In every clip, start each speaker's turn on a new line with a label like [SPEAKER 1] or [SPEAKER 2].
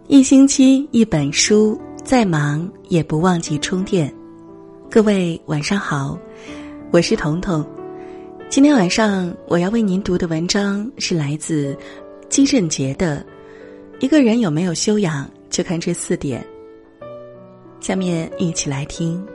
[SPEAKER 1] 一星期一本书，再忙也不忘记充电。各位晚上好，我是彤彤。今天晚上我要为您读的文章是来自金振杰的一个人有没有修养就看这4点。下面一起来听。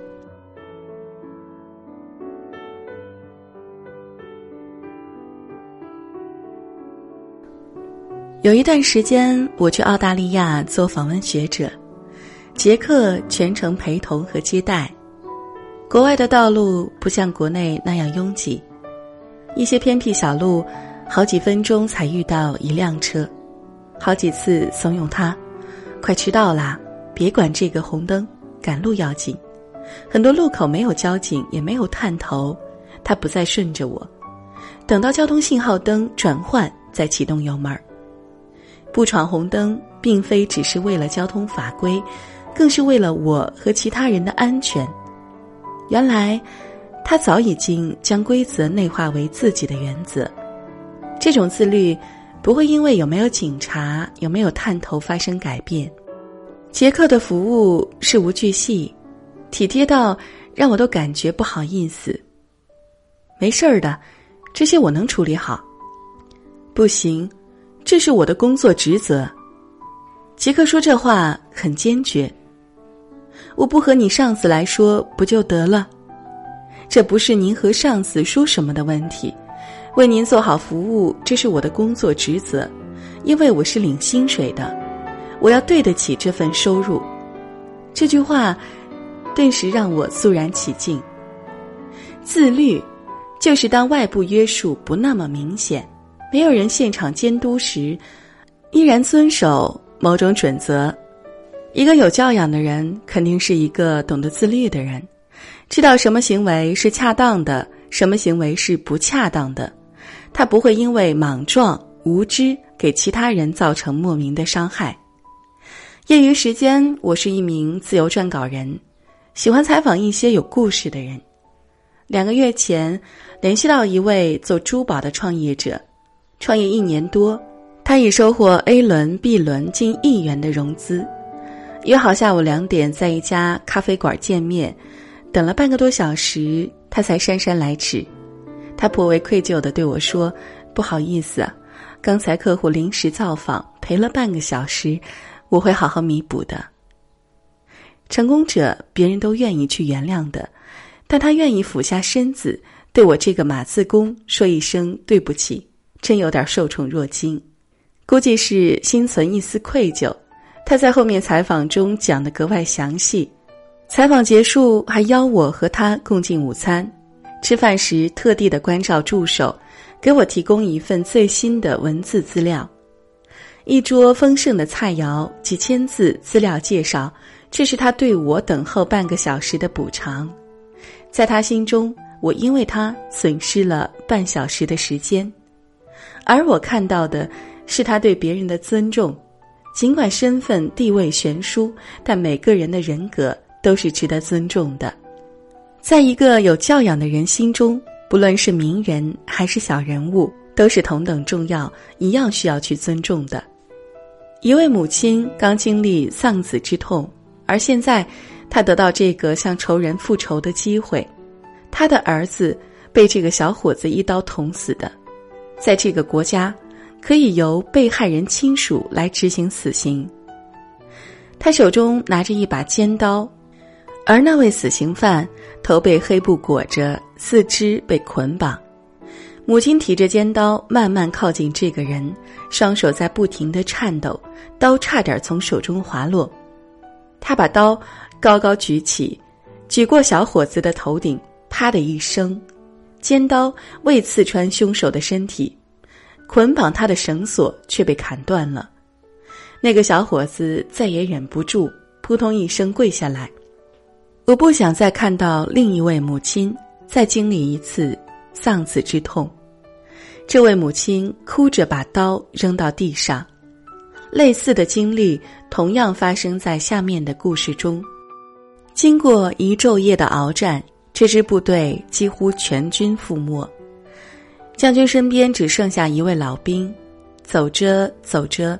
[SPEAKER 1] 有一段时间我去澳大利亚做访问学者，杰克全程陪同和接待。国外的道路不像国内那样拥挤，一些偏僻小路好几分钟才遇到一辆车，好几次怂恿他快迟到啦，别管这个红灯，赶路要紧。很多路口没有交警也没有探头，他不再顺着我，等到交通信号灯转换再启动油门。不闯红灯并非只是为了交通法规，更是为了我和其他人的安全。原来他早已经将规则内化为自己的原则。这种自律不会因为有没有警察有没有探头发生改变。杰克的服务事无巨细，体贴到让我都感觉不好意思。没事儿的，这些我能处理好。不行，这是我的工作职责。杰克说这话很坚决。我不和你上司来说不就得了？这不是您和上司说什么的问题，为您做好服务，这是我的工作职责，因为我是领薪水的，我要对得起这份收入。这句话顿时让我肃然起敬。自律就是当外部约束不那么明显，没有人现场监督时，依然遵守某种准则。一个有教养的人肯定是一个懂得自律的人，知道什么行为是恰当的，什么行为是不恰当的。他不会因为莽撞无知给其他人造成莫名的伤害。业余时间我是一名自由撰稿人，喜欢采访一些有故事的人。2个月前联系到一位做珠宝的创业者，创业1年多，他已收获 A 轮 B 轮近1亿元的融资。约好下午2点在一家咖啡馆见面，等了半个多小时他才姗姗来迟。他颇为愧疚地对我说，不好意思啊，刚才客户临时造访陪了半个小时，我会好好弥补的。成功者别人都愿意去原谅的，但他愿意俯下身子对我这个码字工说一声对不起，真有点受宠若惊。估计是心存一丝愧疚，他在后面采访中讲得格外详细。采访结束还邀我和他共进午餐，吃饭时特地的关照助手给我提供一份最新的文字资料。一桌丰盛的菜肴，几千字资料介绍，这是他对我等候半个小时的补偿。在他心中，我因为他损失了半小时的时间，而我看到的是他对别人的尊重。尽管身份地位悬殊，但每个人的人格都是值得尊重的。在一个有教养的人心中，不论是名人还是小人物，都是同等重要，一样需要去尊重的。一位母亲刚经历丧子之痛，而现在她得到这个向仇人复仇的机会。她的儿子被这个小伙子一刀捅死的。在这个国家，可以由被害人亲属来执行死刑。他手中拿着一把尖刀，而那位死刑犯头被黑布裹着，四肢被捆绑。母亲提着尖刀慢慢靠近这个人，双手在不停地颤抖，刀差点从手中滑落。他把刀高高举起，举过小伙子的头顶，啪的一声，尖刀未刺穿凶手的身体，捆绑他的绳索却被砍断了。那个小伙子再也忍不住，扑通一声跪下来。我不想再看到另一位母亲再经历一次丧子之痛。这位母亲哭着把刀扔到地上。类似的经历同样发生在下面的故事中。经过一昼夜的鏖战，这支部队几乎全军覆没。将军身边只剩下一位老兵，走着走着，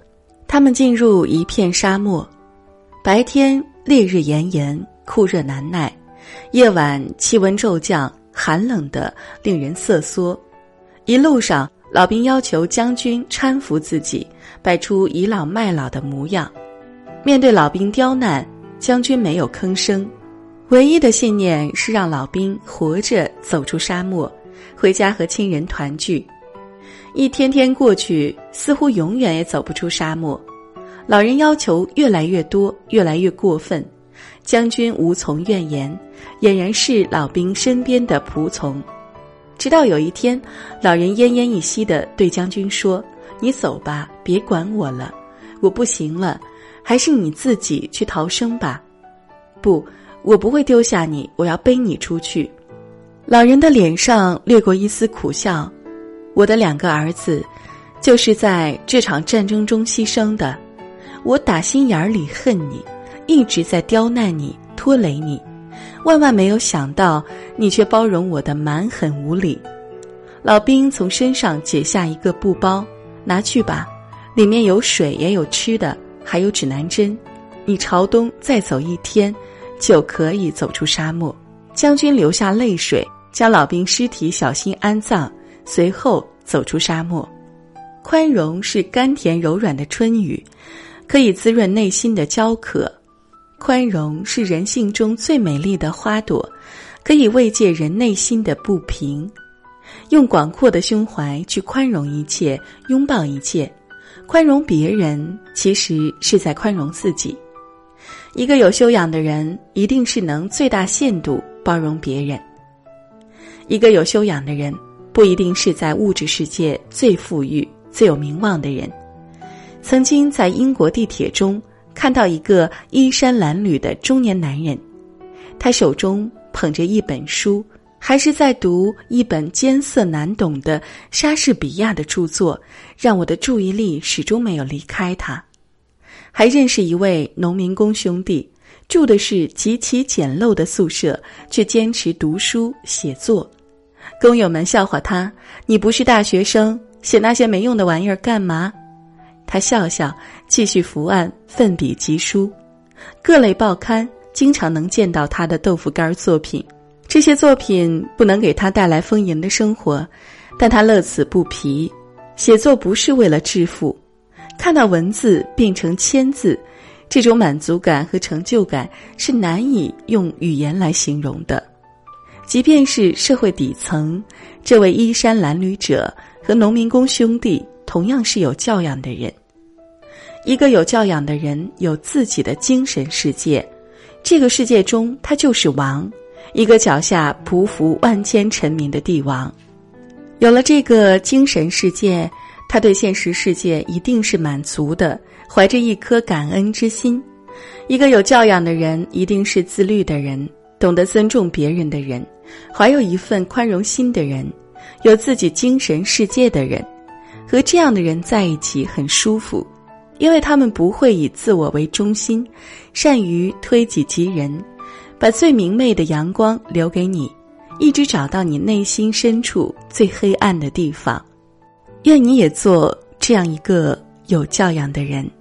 [SPEAKER 1] 他们进入一片沙漠，白天烈日炎炎，酷热难耐，夜晚气温骤降，寒冷的令人瑟缩。一路上，老兵要求将军搀扶自己，摆出倚老卖老的模样。面对老兵刁难，将军没有吭声，唯一的信念是让老兵活着走出沙漠，回家和亲人团聚。一天天过去，似乎永远也走不出沙漠。老人要求越来越多，越来越过分，将军无从怨言，俨然是老兵身边的仆从。直到有一天，老人奄奄一息地对将军说：“你走吧，别管我了，我不行了，还是你自己去逃生吧。”“不，我不会丢下你，我要背你出去。”老人的脸上掠过一丝苦笑：“我的2个儿子，就是在这场战争中牺牲的。我打心眼里恨你，一直在刁难你，拖累你，万万没有想到你却包容我的蛮横无理。”老兵从身上解下一个布包：“拿去吧，里面有水也有吃的，还有指南针。你朝东再走1天，就可以走出沙漠。”将军流下泪水，将老兵尸体小心安葬，随后走出沙漠。宽容是甘甜柔软的春雨，可以滋润内心的焦渴。宽容是人性中最美丽的花朵，可以慰藉人内心的不平。用广阔的胸怀去宽容一切，拥抱一切。宽容别人，其实是在宽容自己。一个有修养的人，一定是能最大限度包容别人。一个有修养的人，不一定是在物质世界最富裕、最有名望的人。曾经在英国地铁中看到一个衣衫褴褛的中年男人，他手中捧着一本书，还是在读一本艰涩难懂的莎士比亚的著作，让我的注意力始终没有离开他。还认识一位农民工兄弟，住的是极其简陋的宿舍，却坚持读书写作。工友们笑话他：“你不是大学生，写那些没用的玩意儿干嘛？”他笑笑，继续伏案奋笔疾书。各类报刊经常能见到他的豆腐干作品。这些作品不能给他带来丰盈的生活，但他乐此不疲。写作不是为了致富，看到文字变成签字，这种满足感和成就感是难以用语言来形容的。即便是社会底层，这位衣衫褴褛者和农民工兄弟同样是有教养的人。一个有教养的人有自己的精神世界，这个世界中他就是王，一个脚下匍匐万千臣民的帝王。有了这个精神世界，他对现实世界一定是满足的，怀着一颗感恩之心。一个有教养的人一定是自律的人，懂得尊重别人的人，怀有一份宽容心的人，有自己精神世界的人。和这样的人在一起很舒服，因为他们不会以自我为中心，善于推己及人，把最明媚的阳光留给你，一直找到你内心深处最黑暗的地方。愿你也做这样一个有教养的人。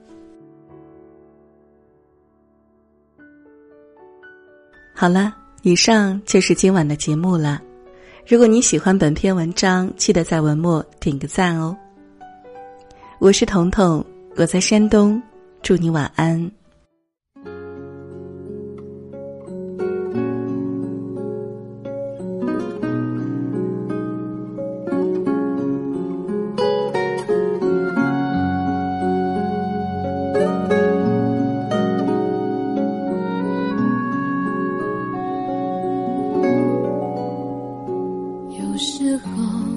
[SPEAKER 1] 好了，以上就是今晚的节目了。如果你喜欢本篇文章，记得在文末点个赞哦。我是彤彤，我在山东，祝你晚安。
[SPEAKER 2] 有时候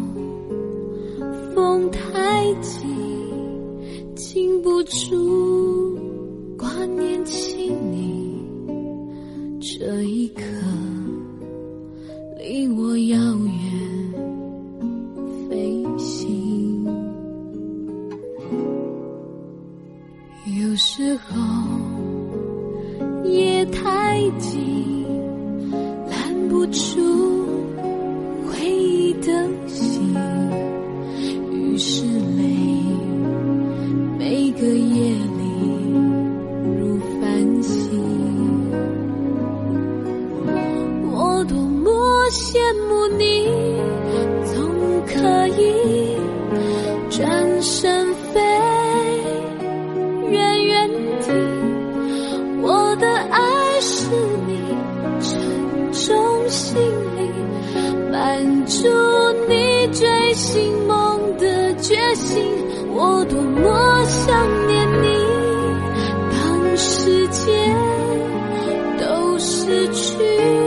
[SPEAKER 2] 风太急，禁不住挂念起你，这一刻离我遥远飞行。有时候夜太静，拦不住回忆的心，于是泪每个夜的爱是你沉重心里，满足你追寻梦的决心。我多么想念你，当世界都失去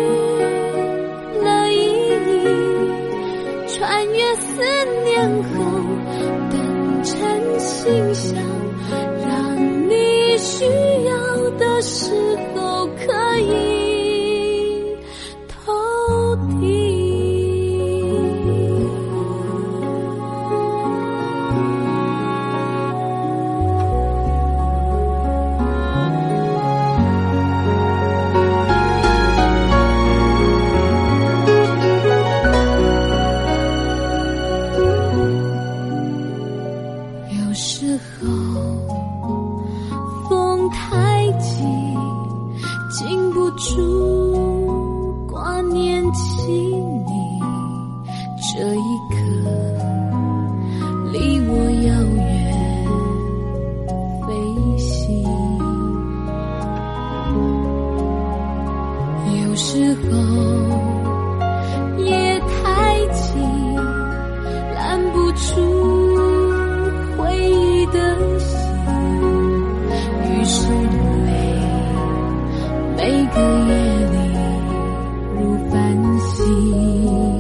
[SPEAKER 2] 了意义，穿越思念后等成馨香，让你需要的时候可以投递。有时候风太急，禁不住挂念起你，这一刻离我遥远飞行。有时候夜太近，拦不住回忆的心，于是每个夜里如繁星。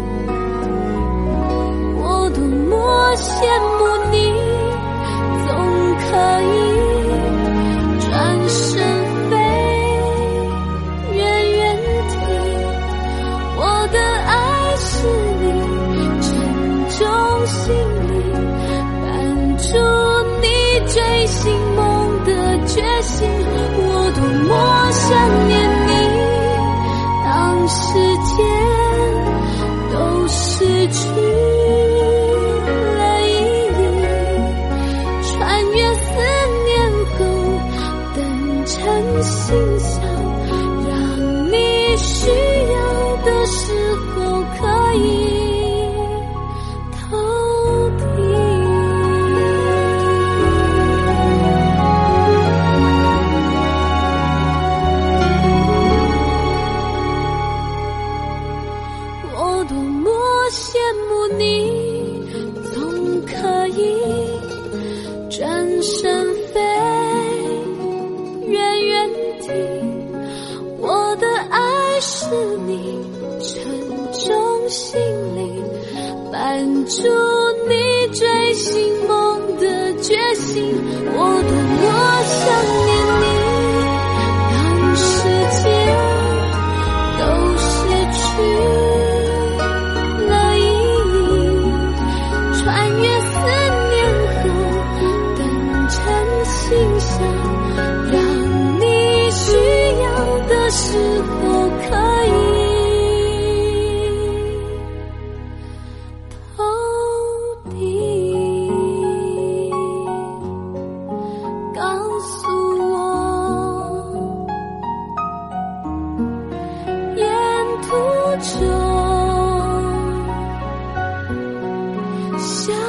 [SPEAKER 2] 我多么羡慕你，总可以转身飞远远地。我的爱是你沉重心里，伴住你追寻梦的决心。我多么想念你，当世界都失去了意义，穿越思念后等成馨香，让你需要的时候可以投递。我多么羡慕你，总可以转身飞远远地。我的爱是你沉重心里，伴住你追寻梦的决心。我多么想念你，当世界都失去馨香，让你需要的时候可以投递。告诉我，沿途中想